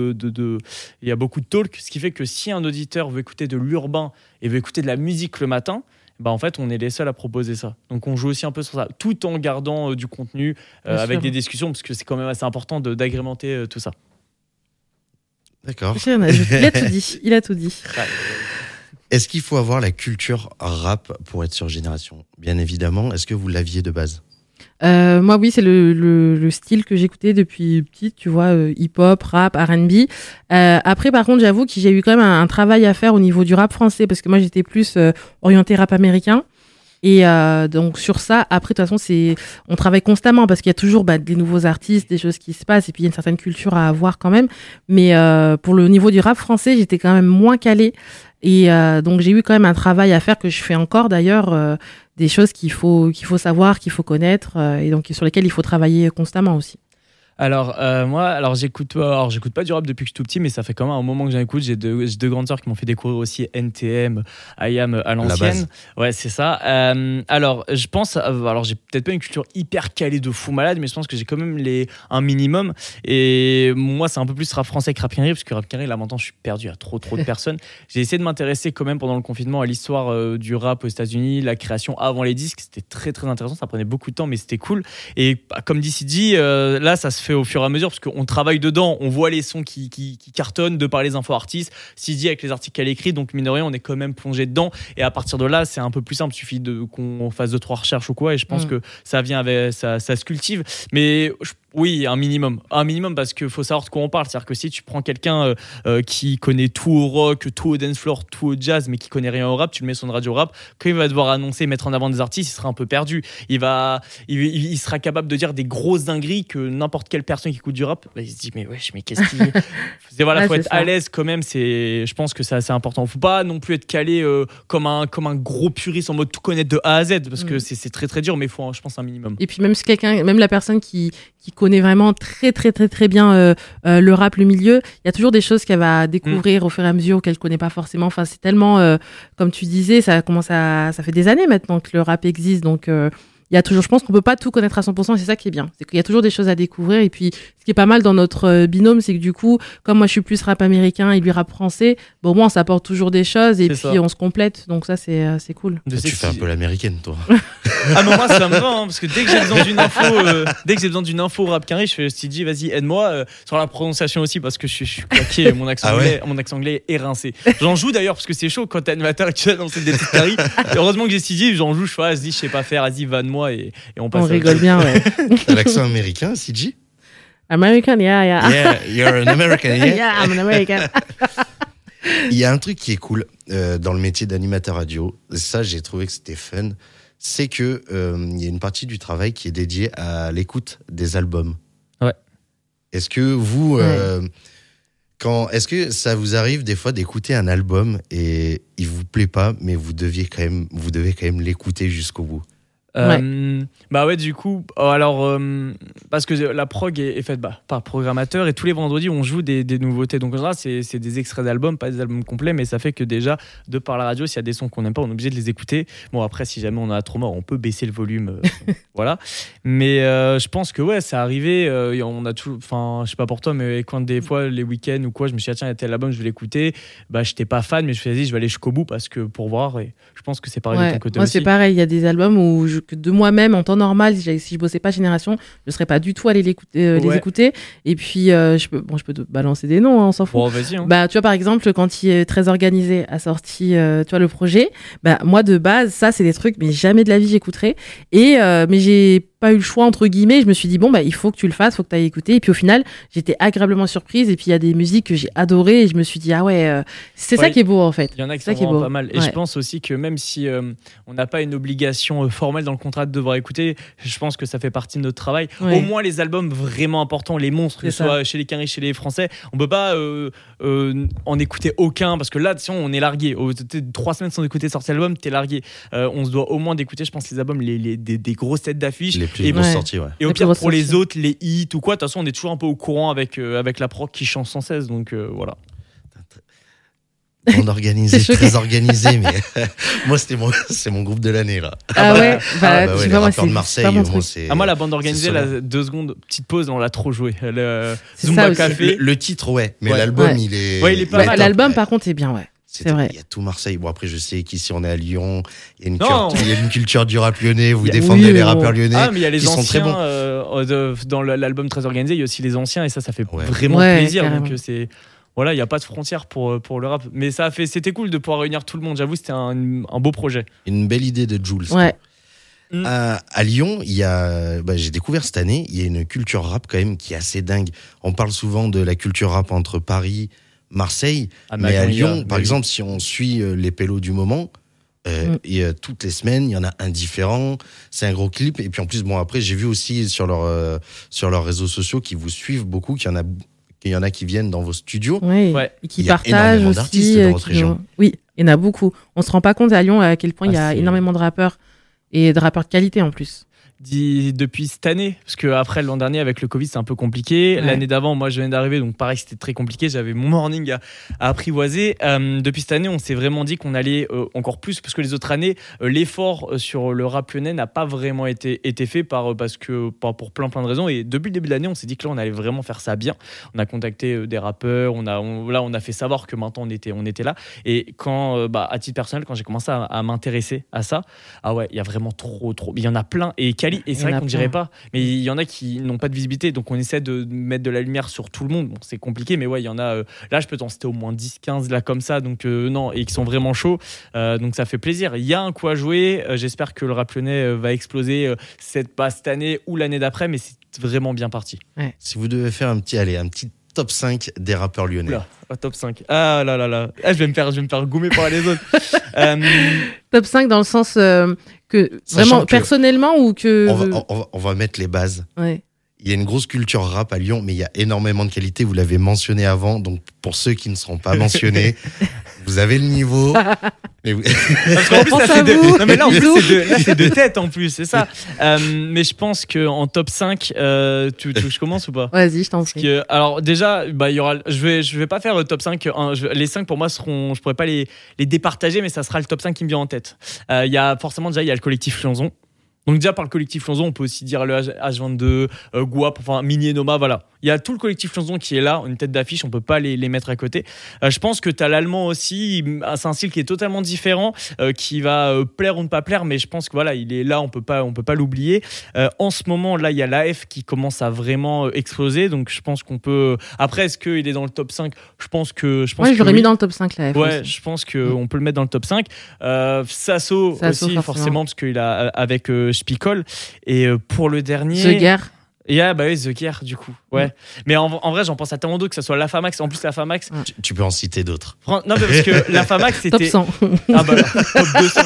il y a beaucoup de talk. Ce qui fait que si un auditeur veut écouter de l'urbain et veut écouter de la musique le matin, en fait, on est les seuls à proposer ça. Donc, on joue aussi un peu sur ça, tout en gardant du contenu, avec des discussions, parce que c'est quand même assez important d'agrémenter tout ça. D'accord. Il a tout dit. Est-ce qu'il faut avoir la culture rap pour être sur Génération ? Bien évidemment. Est-ce que vous l'aviez de base ? Moi, oui, c'est le style que j'écoutais depuis petite, tu vois, hip-hop, rap, R&B. Après, par contre, j'avoue que j'ai eu quand même un travail à faire au niveau du rap français, parce que moi, j'étais plus orientée rap américain. Et donc, sur ça, après, de toute façon, on travaille constamment, parce qu'il y a toujours des nouveaux artistes, des choses qui se passent, et puis il y a une certaine culture à avoir quand même. Mais pour le niveau du rap français, j'étais quand même moins calée. Et donc, j'ai eu quand même un travail à faire, que je fais encore d'ailleurs, des choses qu'il faut savoir, qu'il faut connaître, et donc sur lesquelles il faut travailler constamment aussi. Alors, moi, j'écoute pas du rap depuis que je suis tout petit, mais ça fait quand même un moment que j'en écoute. J'ai deux grandes sœurs qui m'ont fait découvrir aussi NTM, IAM à l'ancienne. Ouais, c'est ça. Alors, je pense, j'ai peut-être pas une culture hyper calée de fou malade, mais je pense que j'ai quand même un minimum. Et moi, c'est un peu plus rap français que rap carré, parce que rap carré, là, maintenant, je suis perdu, il y a trop de personnes. J'ai essayé de m'intéresser quand même pendant le confinement à l'histoire du rap aux États-Unis, la création avant les disques. C'était très, très intéressant. Ça prenait beaucoup de temps, mais c'était cool. Et comme dit Sidi, là, ça se fait fait au fur et à mesure parce qu'on travaille dedans, on voit les sons qui cartonnent de par les infos artistes, Sidi avec les articles qu'elle écrit, donc mine de rien on est quand même plongé dedans et à partir de là c'est un peu plus simple, il suffit qu'on fasse 2-3 recherches ou quoi et je pense que ça vient avec, ça se cultive, mais oui, un minimum parce qu'il faut savoir de quoi on parle, c'est-à-dire que si tu prends quelqu'un qui connaît tout au rock, tout au dance floor, tout au jazz mais qui connaît rien au rap, tu le mets sur une radio rap, quand il va devoir annoncer, mettre en avant des artistes, il sera un peu perdu, il sera capable de dire des grosses dingueries que n'importe quelle personne qui écoute du rap, il se dit mais qu'est-ce qu'il voilà, faut être à l'aise quand même, je pense que c'est assez important, faut pas non plus être calé comme un gros puriste en mode tout connaître de A à Z parce que c'est très très dur, mais il faut je pense un minimum. Et puis même si même la personne qui connaît vraiment très très très très bien le rap, le milieu, il y a toujours des choses qu'elle va découvrir au fur et à mesure qu'elle connaît pas forcément. Enfin, c'est tellement, comme tu disais, ça fait des années maintenant que le rap existe, donc il y a toujours, je pense qu'on peut pas tout connaître à 100%, et c'est ça qui est bien, c'est qu'il y a toujours des choses à découvrir. Et puis ce qui est pas mal dans notre binôme, c'est que du coup, comme moi je suis plus rap américain et lui rap français, bon, au moins on s'apporte toujours des choses et puis on se complète, donc ça c'est cool. Tu fais un peu l'américaine, toi. Ah mais moi ça me va parce que dès que j'ai besoin d'une info rap carré, je fais Sidi, vas-y aide-moi sur la prononciation aussi parce que je suis claqué, mon accent anglais est rincé. J'en joue d'ailleurs parce que c'est chaud quand t'es animateur et que tu vas lancer des trucs carrés. Heureusement que j'ai Sidi, j'en joue, vas-y je sais pas faire, vas-y vanne-moi et on passe. On rigole bien, ouais. T'as l'accent américain, CG? American, yeah. Yeah, you're an American, yeah. Yeah, I'm an American. Il y a un truc qui est cool dans le métier d'animateur radio, ça j'ai trouvé que c'était fun, c'est que il y a une partie du travail qui est dédiée à l'écoute des albums. Ouais. Est-ce que vous, est-ce que ça vous arrive des fois d'écouter un album et il vous plaît pas, mais vous devez quand même l'écouter jusqu'au bout? Bah ouais, du coup, alors parce que la prog est faite par programmateur et tous les vendredis on joue des nouveautés, donc en général c'est des extraits d'albums, pas des albums complets, mais ça fait que déjà de par la radio, s'il y a des sons qu'on n'aime pas, on est obligé de les écouter. Bon, après si jamais on a trop mort, on peut baisser le volume voilà, mais je pense que ouais, c'est arrivé, on a toujours, enfin je sais pas pour toi, mais quand des fois les week-ends ou quoi, je me suis dit tiens, il y a tel album, je vais l'écouter, bah j'étais pas fan, mais je me suis dit je vais aller jusqu'au bout parce que pour voir, et je pense que c'est pareil de ton côté moi aussi. c'est pareil, il y a des albums où de moi-même en temps normal, si je bossais pas Génération, je serais pas du tout allé les écouter. Et puis je peux te balancer des noms, on s'en fout. Bon, vas-y, hein. Bah tu vois, par exemple, quand il est Très Organisé a sorti tu vois le projet, bah moi de base ça c'est des trucs mais jamais de la vie j'écouterais, et mais j'ai pas eu le choix entre guillemets, je me suis dit bon bah il faut que tu le fasses, faut que tu ailles écouter, et puis au final j'étais agréablement surprise, et puis il y a des musiques que j'ai adorées et je me suis dit ah ouais, c'est ça qui est beau en fait. Il y en a qui sont vraiment pas mal, et je pense aussi que même si on n'a pas une obligation formelle dans le contrat de devoir écouter, je pense que ça fait partie de notre travail. Au moins les albums vraiment importants, les monstres, que ce soit chez les Quinri, chez les Français, on peut pas en écouter aucun parce que là sinon on est largué. 3 semaines sans écouter sortir l'album, t'es largué. On se doit au moins d'écouter, je pense, les albums, des grosses têtes d'affiche, les plus grosses sorties, et au pire pour les autres, les hits ou quoi, de toute façon on est toujours un peu au courant avec la prog qui change sans cesse, donc voilà. On organisé, très organisé, mais moi c'est mon groupe de l'année là. Ah ouais, les rappeurs de Marseille. Moi la bande organisée, la 2 secondes, petite pause, on l'a trop joué. Zumba Café. Le titre, mais l'album il est pas mal. L'album par contre est bien, c'est vrai. Il y a tout Marseille. Bon, après, je sais qu'ici, on est à Lyon. Il y a une culture du rap lyonnais. Vous défendez les rappeurs lyonnais. Ah, mais il y a les anciens. Sont très bons. Dans l'album Très Organisé, il y a aussi les anciens. Et ça fait vraiment plaisir. Carrément. Donc, voilà, il n'y a pas de frontières pour le rap. Mais c'était cool de pouvoir réunir tout le monde. J'avoue, c'était un beau projet. Une belle idée de Jules. Ouais. À Lyon, j'ai découvert cette année, il y a une culture rap quand même qui est assez dingue. On parle souvent de la culture rap entre Paris, Marseille, mais à Lyon, par exemple, si on suit les pélos du moment, toutes les semaines, il y en a un différent. C'est un gros clip. Et puis en plus, après, j'ai vu aussi sur leurs réseaux sociaux qui vous suivent beaucoup, qu'il y en a qui viennent dans vos studios. Oui, et qui partagent aussi. D'artistes dans votre région. Oui, il y en a beaucoup. On se rend pas compte à Lyon à quel point il y a énormément de rappeurs, et de rappeurs de qualité en plus. Depuis cette année, parce que après l'an dernier avec le Covid c'est un peu compliqué, l'année d'avant moi je venais d'arriver, donc pareil c'était très compliqué, j'avais mon morning à apprivoiser. Depuis cette année on s'est vraiment dit qu'on allait encore plus, parce que les autres années l'effort sur le rap lyonnais n'a pas vraiment été fait pour plein de raisons, et depuis le début de l'année on s'est dit que là on allait vraiment faire ça bien. On a contacté des rappeurs, on a fait savoir que maintenant on était là, et quand à titre personnel quand j'ai commencé à m'intéresser à ça, il y a vraiment trop, il y en a plein, et quali. Et c'est Il y en vrai a qu'on dirait plein. pas. Mais il y en a qui n'ont pas de visibilité. Donc on essaie de mettre de la lumière sur tout le monde. Bon, c'est compliqué, mais ouais, il y en a. Là, je peux t'en citer au moins 10-15 là comme ça. Donc non, et qui sont vraiment chauds. Donc ça fait plaisir. Il y a un coup à jouer. J'espère que le rap lyonnais va exploser cette année ou l'année d'après. Mais c'est vraiment bien parti. Si vous devez faire un petit top 5 des rappeurs lyonnais. Oula, top 5. Ah là là là. Ah, je vais me faire goumer par les autres. Top 5 dans le sens que Sachant vraiment que personnellement ou que. On va mettre les bases. Ouais. Il y a une grosse culture rap à Lyon, mais il y a énormément de qualité. Vous l'avez mentionné avant, donc pour ceux qui ne seront pas mentionnés, vous avez le niveau. Mais Parce qu'en plus, Pense là, à vous. non, mais là, en plus, Bisous. c'est de tête en plus, c'est ça. Mais je pense qu'en top 5, tu veux que je commence ou pas? Vas-y, je t'en prie. Alors déjà, il y aura, je vais pas faire le top 5. Les 5 pour moi seront, je pourrais pas les départager, mais ça sera le top 5 qui me vient en tête. Il y a forcément déjà, il y a le collectif Lyonzon. Donc déjà par le collectif Lyonzon, on peut aussi dire le H22, Guap, enfin Mini et Noma, voilà. Il y a tout le collectif Lyonzon qui est là, une tête d'affiche, on peut pas les mettre à côté. Je pense que tu as l'allemand aussi, c'est un style qui est totalement différent, qui va plaire ou ne pas plaire, mais je pense que voilà, il est là, on peut pas l'oublier. En ce moment, là, il y a l'AF qui commence à vraiment exploser, donc je pense qu'on peut. Après, est-ce qu'il est dans le top 5? Je pense que Ouais, je l'aurais oui. mis dans le top 5 là. Ouais, je pense qu'on peut le mettre dans le top 5. Sasso aussi, forcément, parce qu'il a avec Spicol. Et pour le dernier. The Guerre. Bah oui, The Gear, du coup. Ouais. Mais en vrai, j'en pense à tellement d'autres, que ce soit la Famax. En plus, la Famax. tu peux en citer d'autres. Non, mais parce que la Famax, c'était. Top 100. Ah bah, top 200.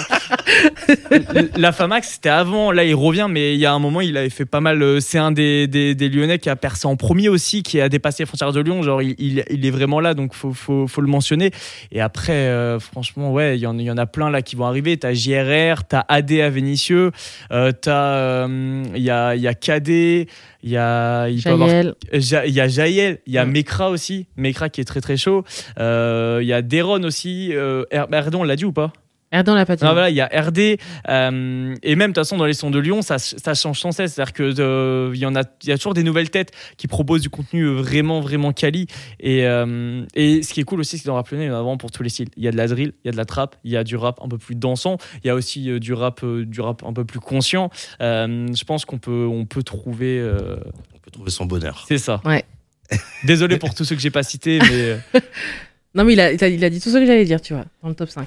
La Famax, c'était avant. Là, il revient, mais il y a un moment, il avait fait pas mal. C'est un des Lyonnais qui a percé en premier aussi, qui a dépassé les frontières de Lyon. Genre, il est vraiment là, donc faut le mentionner. Et après, franchement, ouais, il y en a plein là qui vont arriver. T'as JRR, t'as AD à Vénissieux, il y a KD. Il y a Jaël. Jaël, il y a Mekra aussi, Mekra qui est très très chaud. Il y a Deron aussi. RD, on l'a dit ou pas? RD, on l'a pas dit. Voilà, il y a RD. Et même de toute façon, dans les sons de Lyon, ça change sans cesse. C'est-à-dire que il y a toujours des nouvelles têtes qui proposent du contenu vraiment vraiment quali. Et ce qui est cool aussi, c'est que dans le rap lyonnais, il y en a vraiment pour tous les styles. Il y a de la drill, il y a de la trap, il y a du rap un peu plus dansant, il y a aussi du rap un peu plus conscient. Je pense qu'on peut trouver. On peut trouver son bonheur. C'est ça. Ouais. Désolé pour tous ceux que j'ai pas cités, mais Non, mais il a dit tout ce que j'allais dire, tu vois, dans le top 5.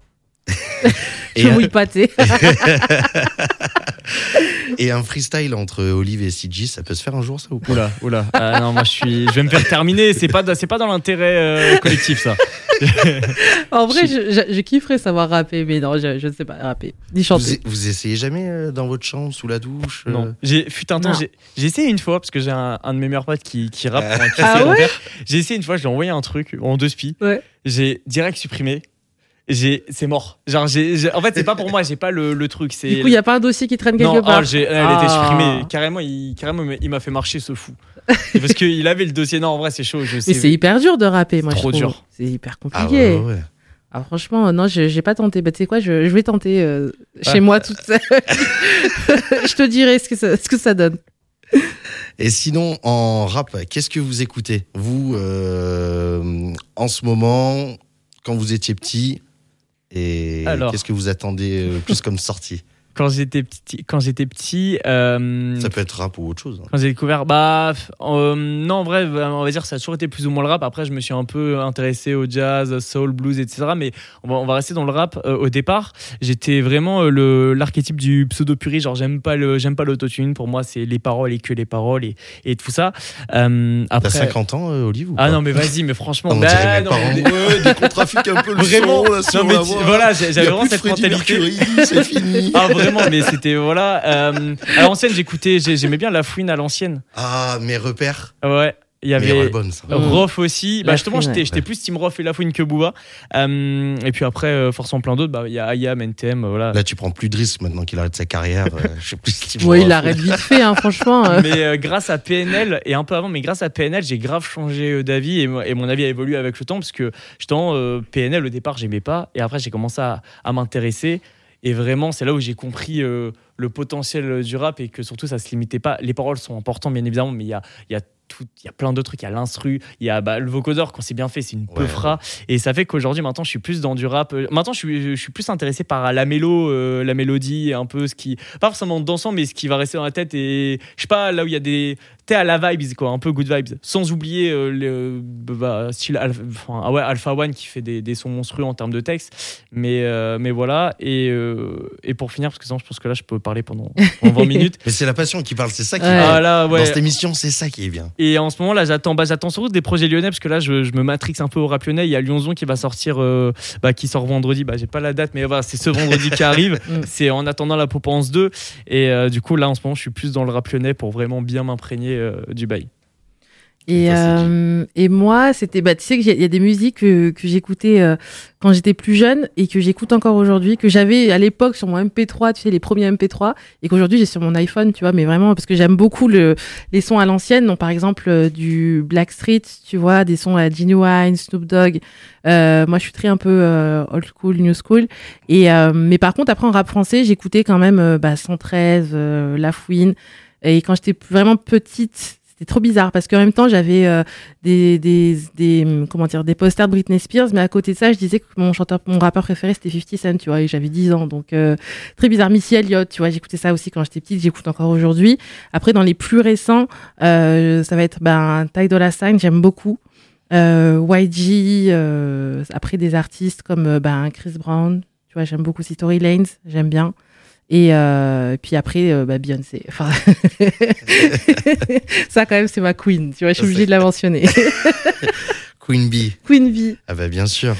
Et Je mouille pas, t'es. Et un freestyle entre Olive et CG, ça peut se faire un jour, ça ou pas? oula. Non, moi je vais me faire terminer. C'est pas dans l'intérêt collectif, ça. En vrai, je kifferais savoir rapper, mais non, je ne sais pas rapper ni chanter. Vous essayez jamais dans votre chambre, sous la douche Non. Fut un temps, Non. j'ai essayé une fois, parce que j'ai un de mes meilleurs potes qui rappe. Qui Ah sait ouais faire. J'ai essayé une fois, je lui ai envoyé un truc en 2 spi. Ouais. J'ai direct supprimé. C'est mort. Genre, en fait, c'est pas pour moi, j'ai pas le truc. C'est... Du coup, il n'y a pas un dossier qui traîne quelque Non, part. elle était supprimée. Carrément, il m'a fait marcher ce fou. Et parce qu'il avait le dossier. Non, en vrai, c'est chaud. Mais c'est hyper dur de rapper, moi. trop je trouve. dur. C'est hyper Ah compliqué. ouais. Ah, franchement, non, j'ai pas tenté. Bah, tu sais quoi, je vais tenter chez moi toute seule. Je te dirai ce que ça donne. Et sinon, en rap, qu'est-ce que vous écoutez? Vous, en ce moment, quand vous étiez petit, et Alors. qu'est-ce que vous attendez plus comme sortie? Quand j'étais petit, Ça peut être rap ou autre chose. quand j'ai découvert, non, en vrai, on va dire que ça a toujours été plus ou moins le rap. Après, je me suis un peu intéressé au jazz, soul, blues, etc. Mais on va rester dans le rap. Au départ, j'étais vraiment l'archétype du pseudo-puri. Genre, j'aime pas l'autotune. Pour moi, c'est les paroles et que les paroles et tout ça. T'as Après... 50 ans, Olive, ou Ah pas? non, mais vas-y, mais franchement. On dirait mes non, parents. mais- Ouais, dès qu'on trafique un peu le Vraiment. son, là, sur Non, mais la voie. voilà, Il y j'avais a vraiment plus de cette Freddie mentalité. Mercury, c'est fini. Ah, vraiment, mais c'était, voilà. À l'ancienne, j'aimais bien La Fouine à l'ancienne. Ah, mes repères. Ouais, il y Meilleur avait album, ça. Rof aussi. La Justement, Fouine, j'étais plus Team Rof et La Fouine que Booba. Et puis après, forcément plein d'autres. Il y a Ayam, NTM, voilà. Là, tu prends plus de risques maintenant qu'il arrête sa carrière. Je sais plus si tu Ouais, vois. il arrête vite fait, hein, franchement. Mais grâce à PNL et un peu avant, mais grâce à PNL, j'ai grave changé d'avis et mon avis a évolué avec le temps parce que justement, PNL au départ, j'aimais pas et après, j'ai commencé à m'intéresser. Et vraiment, c'est là où j'ai compris le potentiel du rap et que surtout, ça se limitait pas. Les paroles sont importantes, bien évidemment, mais il y a il y a plein de trucs, il y a l'instru, il y a le vocodeur quand c'est bien fait, c'est une peufra. Et ça fait qu'aujourd'hui, maintenant, je suis plus dans du rap. Maintenant, je suis plus intéressé par la mélodie, un peu ce qui, pas forcément dansant, mais ce qui va rester dans la tête. Et je sais pas, là où il y a des, t'es à la vibes, quoi, un peu good vibes, sans oublier style Alpha One qui fait des sons monstrueux en termes de texte. Mais voilà. Et pour finir, parce que sinon, je pense que là, je peux parler pendant 20 minutes. Mais c'est la passion qui parle, c'est ça qui dans cette émission, c'est ça qui est bien. Et en ce moment là, j'attends surtout des projets lyonnais, parce que là je me matrixe un peu au rap lyonnais. Il y a Lyonzon qui va sortir, qui sort vendredi. J'ai pas la date, mais voilà, c'est ce vendredi qui arrive. C'est En attendant la Popence 2. Et du coup là en ce moment, je suis plus dans le rap lyonnais pour vraiment bien m'imprégner du bail. Et moi, c'était, tu sais qu'il y a des musiques que j'écoutais quand j'étais plus jeune et que j'écoute encore aujourd'hui, que j'avais à l'époque sur mon MP3, tu sais, les premiers MP3, et qu'aujourd'hui j'ai sur mon iPhone, tu vois, mais vraiment parce que j'aime beaucoup les sons à l'ancienne, donc par exemple du Blackstreet, tu vois, des sons à Genuine, Snoop Dogg. Moi, je suis très un peu old school, new school. Et mais par contre, après en rap français, j'écoutais quand même 113, La Fouine. Et quand j'étais vraiment petite, c'était trop bizarre parce qu'en même temps j'avais des posters de Britney Spears, mais à côté de ça je disais que mon rappeur préféré c'était 50 Cent, tu vois, et j'avais 10 ans, donc très bizarre. Missy Elliott, tu vois, j'écoutais ça aussi quand j'étais petite, j'écoute encore aujourd'hui. Après dans les plus récents, ça va être Ty Dolla $ign, j'aime beaucoup. YG, après des artistes comme Chris Brown, tu vois, j'aime beaucoup aussi. Tory Lanez, j'aime bien. Et puis après Beyoncé, enfin ça quand même c'est ma queen, tu vois, je suis obligée de la mentionner. Queen Bee. Ah bien sûr.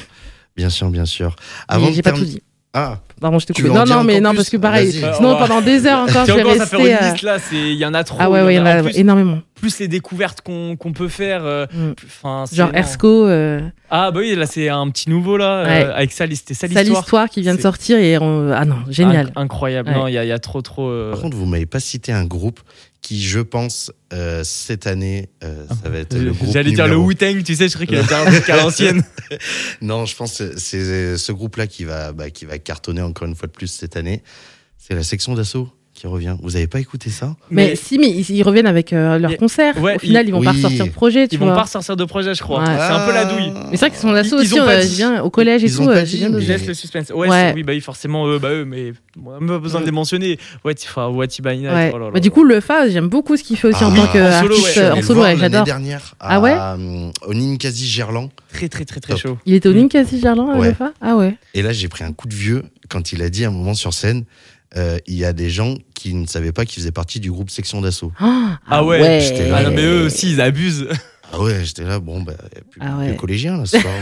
Avant j'ai pas tout dit. Ah, pardon, je te coupe. Non, parce que pareil, sinon pendant des heures encore je vais rester. Ça fait une liste là, il y en a trop. Ah ouais, il y en a énormément. Plus les découvertes qu'on peut faire. Genre Ersko. Ah bah oui, là c'est un petit nouveau là, avec ça, c'était ça l'histoire qui vient de sortir et ah non, génial. Incroyable. Ouais. Non, il y a trop. Par contre, vous m'avez pas cité un groupe qui, je pense, cette année, ça va être le groupe. J'allais dire le Wu-Tang, tu sais, je crois qu'il était un truc à l'ancienne. Non, je pense que c'est ce groupe-là qui va cartonner encore une fois de plus cette année. C'est la Section d'Assaut qui revient. Vous avez pas écouté ça ? Mais ils reviennent avec leur concert. Au final, ils vont pas ressortir de projet, tu vois. Ils vont pas ressortir de projet, je crois. Ouais. C'est un peu la douille. Mais c'est vrai qu'ils sont d'assaut aussi. Je viens au collège et tout. Je laisse le suspense. Oui, forcément, eux, mais on n'a pas besoin de les mentionner. Wati Baina. Du coup, le Fa, j'aime beaucoup ce qu'il fait aussi en tant qu'artiste en solo. J'adore. L'année dernière, au Ninkasi Gerland. Très chaud. Il était au Ninkasi Gerland, le Fa ? Ah ouais. Et là, j'ai pris un coup de vieux quand il a dit à un moment sur scène. Il y a des gens qui ne savaient pas qu'ils faisaient partie du groupe Section d'Assaut. Ah ouais. J'étais là, non, mais eux aussi, ils abusent. Ah ouais, j'étais là, il n'y a plus collégien là ce soir.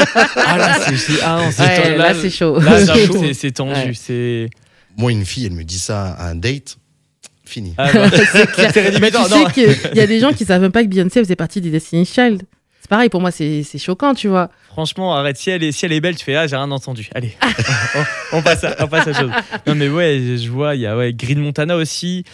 Là, c'est chaud. Là, c'est tendu. C'est... Moi, une fille, elle me dit ça à un date, fini. C'est clair. Tu sais qu'il y a des gens qui ne savent même pas que Beyoncé faisait partie des Destiny's Child. C'est pareil, pour moi, c'est choquant, tu vois. Franchement, arrête, si elle est belle, tu fais j'ai rien entendu. Allez, on passe à chose. Non, mais ouais, je vois, il y a Green Montana aussi.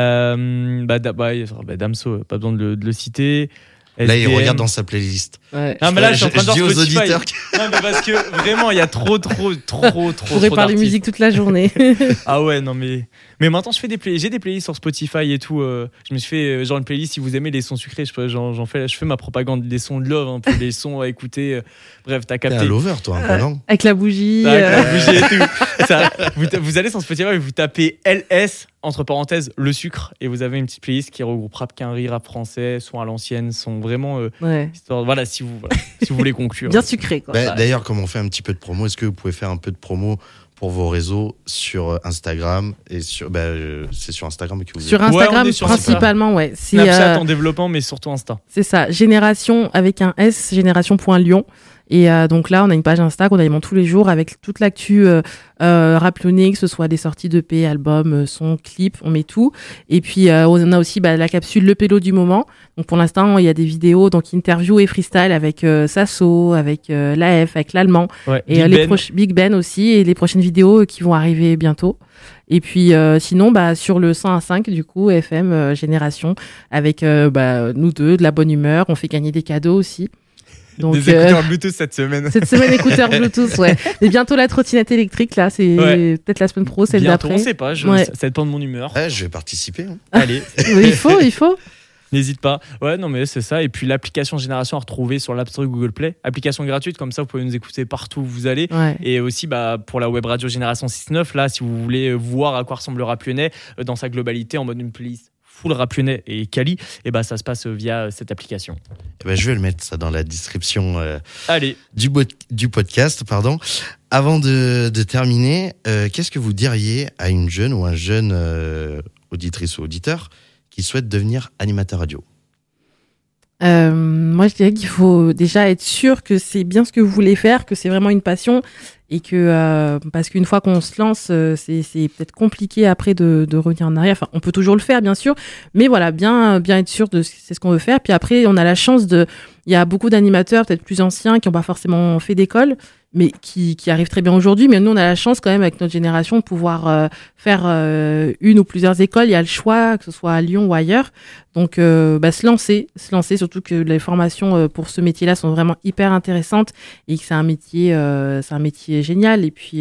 Damso, pas besoin de le citer. Là, il regarde dans sa playlist. Ouais. Non, mais là, je suis en train de dire aux auditeurs. Non, mais parce que vraiment, il y a trop. Je pourrais parler musique toute la journée. Ah ouais, non, mais maintenant, j'ai des playlists sur Spotify et tout. Je me suis fait genre une playlist, si vous aimez les sons sucrés, je fais ma propagande des sons de love, un peu des sons à écouter. Bref, t'as capté. T'es un lover, toi, un peu, non ? Avec la bougie. Avec la bougie et tout. Ça, vous allez sur Spotify, vous tapez LS, entre parenthèses, le sucre, et vous avez une petite playlist qui regroupe rap quinri, rap français, sons à l'ancienne, sont vraiment histoire, voilà, si vous voulez conclure. Bien sucré, quoi. D'ailleurs, comme on fait un petit peu de promo, est-ce que vous pouvez faire un peu de promo pour vos réseaux sur Instagram et c'est sur Instagram que vous sur Instagram principalement, ouais. Snapchat en développant, mais surtout Insta. C'est ça, Génération avec un S, génération.lyon. Et donc là, on a une page Insta qu'on alimente tous les jours avec toute l'actu rap lyonnais, que ce soit des sorties d'EP, albums, sons, clips, on met tout. Et puis on a aussi la capsule Le Pélo du moment. Donc pour l'instant, il y a des vidéos, donc interview et freestyle avec Sasso, avec l'AF, avec l'Allemand, et Big Ben aussi, et les prochaines vidéos qui vont arriver bientôt. Et puis sinon sur le 101.5 du coup FM Génération avec nous deux, de la bonne humeur, on fait gagner des cadeaux aussi. Donc, des écouteurs Bluetooth cette semaine. Cette semaine, écouteurs Bluetooth, ouais. Et bientôt la trottinette électrique, là, c'est peut-être la semaine pro, celle d'après. On sait pas, ça dépend de mon humeur. Ouais, je vais participer. Hein. Allez. Il faut. N'hésite pas. Ouais, non, mais c'est ça. Et puis l'application Génération à retrouver sur l'App Store Google Play. Application gratuite, comme ça, vous pouvez nous écouter partout où vous allez. Ouais. Et aussi, pour la web radio Génération 6.9, là, si vous voulez voir à quoi ressemble le rap lyonnais dans sa globalité, en mode une playlist full rap lyonnais et Cali, et ça se passe via cette application. Je vais le mettre ça dans la description Allez. du podcast. Pardon. Avant de terminer, qu'est-ce que vous diriez à une jeune ou un jeune auditrice ou auditeur qui souhaite devenir animateur radio? Moi, je dirais qu'il faut déjà être sûr que c'est bien ce que vous voulez faire, que c'est vraiment une passion, et que parce qu'une fois qu'on se lance, c'est peut-être compliqué après de revenir en arrière. Enfin, on peut toujours le faire, bien sûr, mais voilà, bien être sûr de c'est ce qu'on veut faire. Puis après, on a la chance il y a beaucoup d'animateurs, peut-être plus anciens, qui n'ont pas forcément fait d'école, mais qui arrivent très bien aujourd'hui. Mais nous, on a la chance quand même, avec notre génération, de pouvoir faire une ou plusieurs écoles. Il y a le choix, que ce soit à Lyon ou ailleurs. Donc, se lancer, surtout que les formations pour ce métier-là sont vraiment hyper intéressantes et que c'est un métier génial. Et puis,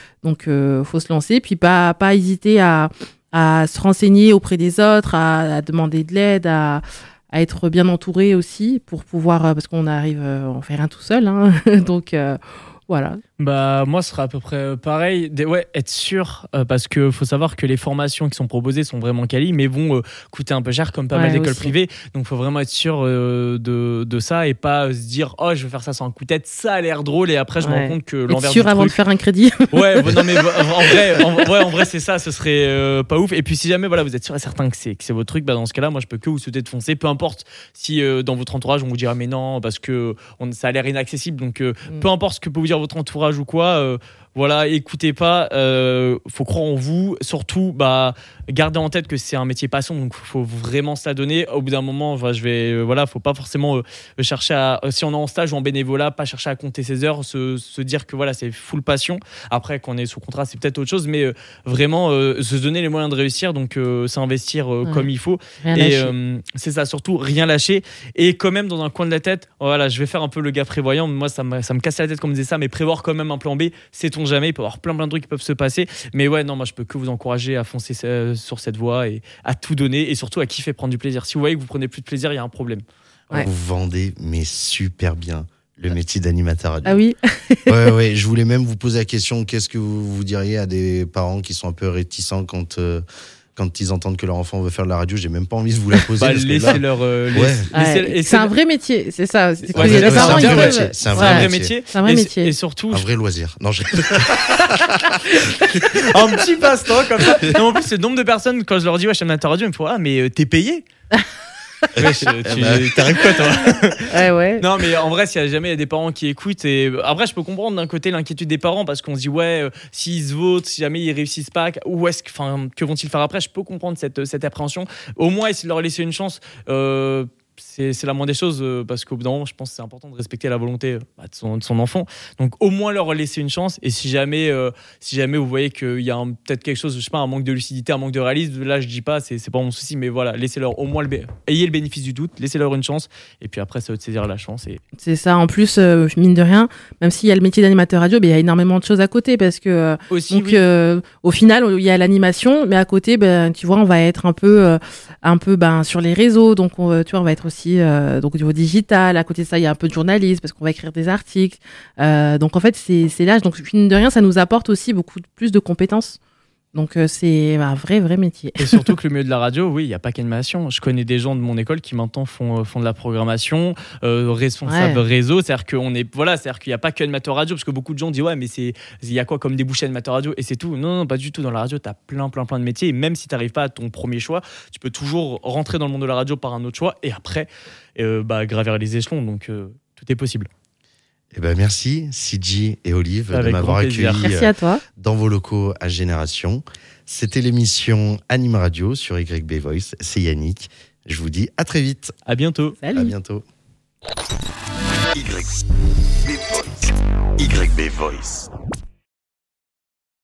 faut se lancer. Puis, pas hésiter à se renseigner auprès des autres, à demander de l'aide, à être bien entouré aussi pour pouvoir, parce qu'on arrive, on fait rien tout seul, hein. Donc, voilà. Moi, ce sera à peu près pareil. Être sûr, parce que faut savoir que les formations qui sont proposées sont vraiment quali, mais vont coûter un peu cher, comme pas mal d'écoles privées. Donc, faut vraiment être sûr de ça et pas se dire, oh, je vais faire ça sans un coup de tête, ça a l'air drôle, et après, je me rends compte que l'envers du truc... avant de faire un crédit. Non, mais en vrai, c'est ça, ce serait pas ouf. Et puis, si jamais, vous êtes sûr et certain que c'est votre truc, dans ce cas-là, moi, je peux que vous souhaiter de foncer, peu importe si dans votre entourage, on vous dira, mais non, parce que ça a l'air inaccessible. Donc, peu importe ce que peut vous dire votre entourage ou quoi, écoutez pas, faut croire en vous, surtout gardez en tête que c'est un métier passion, donc faut vraiment se la donner. Au bout d'un moment, faut pas forcément chercher si on est en stage ou en bénévolat, pas chercher à compter ses heures, se dire que c'est full passion. Après, quand on est sous contrat, c'est peut-être autre chose, mais vraiment se donner les moyens de réussir, donc s'investir comme il faut. C'est ça, surtout rien lâcher, et quand même dans un coin de la tête, je vais faire un peu le gars prévoyant. Moi, ça me casse la tête comme disait ça, mais prévoir quand même un plan B, sait-on jamais, il peut y avoir plein de trucs qui peuvent se passer, mais moi je peux que vous encourager à foncer sur cette voie et à tout donner, et surtout à kiffer, prendre du plaisir. Si vous voyez que vous prenez plus de plaisir, il y a un problème. Vous vendez mais super bien le métier d'animateur radio. Ah oui. Ouais, je voulais même vous poser la question, qu'est-ce que vous diriez à des parents qui sont un peu réticents quand ils entendent que leur enfant veut faire de la radio? J'ai même pas envie de vous la poser. Laissez-leur. C'est un vrai métier, c'est ça. C'est un vrai métier. C'est un vrai métier. Et surtout, un vrai loisir. Non, un petit passe-temps comme ça. Non, en plus, le nombre de personnes, quand je leur dis, je suis animateur radio, ils me font, mais t'es payé? T'arrives quoi, toi? Ouais. Non, mais en vrai, s'il y a des parents qui écoutent, et après, je peux comprendre d'un côté l'inquiétude des parents, parce qu'on se dit s'ils se votent, si jamais ils réussissent pas, que vont-ils faire après? Je peux comprendre cette appréhension. Au moins, essayer de leur laisser une chance. C'est la moindre des choses, parce qu'au bout d'un moment, je pense que c'est important de respecter la volonté de son enfant. Donc au moins leur laisser une chance, et si jamais vous voyez qu'il y a peut-être quelque chose, je sais pas, un manque de lucidité, un manque de réalisme, là je dis pas, c'est pas mon souci, mais laissez-leur au moins ayez le bénéfice du doute, laissez-leur une chance, et puis après ça va te saisir la chance. C'est ça. En plus, mine de rien, même s'il y a le métier d'animateur radio, il y a énormément de choses à côté, parce que au final il y a l'animation, mais à côté, tu vois, on va être un peu sur les réseaux, donc on va être aussi donc au niveau digital. À côté de ça, il y a un peu de journalisme, parce qu'on va écrire des articles, donc en fait c'est l'âge, donc mine de rien ça nous apporte aussi beaucoup plus de compétences, donc c'est un vrai métier. Et surtout que le milieu de la radio, il n'y a pas qu'animation. Je connais des gens de mon école qui maintenant font de la programmation, responsable réseau, c'est-à-dire qu'il n'y a pas qu'animateur radio, parce que beaucoup de gens disent mais il y a quoi comme débouché animateur radio et c'est tout. Non, pas du tout. Dans la radio, tu as plein de métiers, et même si tu n'arrives pas à ton premier choix, tu peux toujours rentrer dans le monde de la radio par un autre choix, et après gravir les échelons, donc tout est possible. Merci Sidji et Olive de m'avoir accueilli dans vos locaux à Génération. C'était l'émission Anime Radio sur YB Voice. C'est Yannick. Je vous dis à très vite. À bientôt. Salut. À bientôt. YB Voice.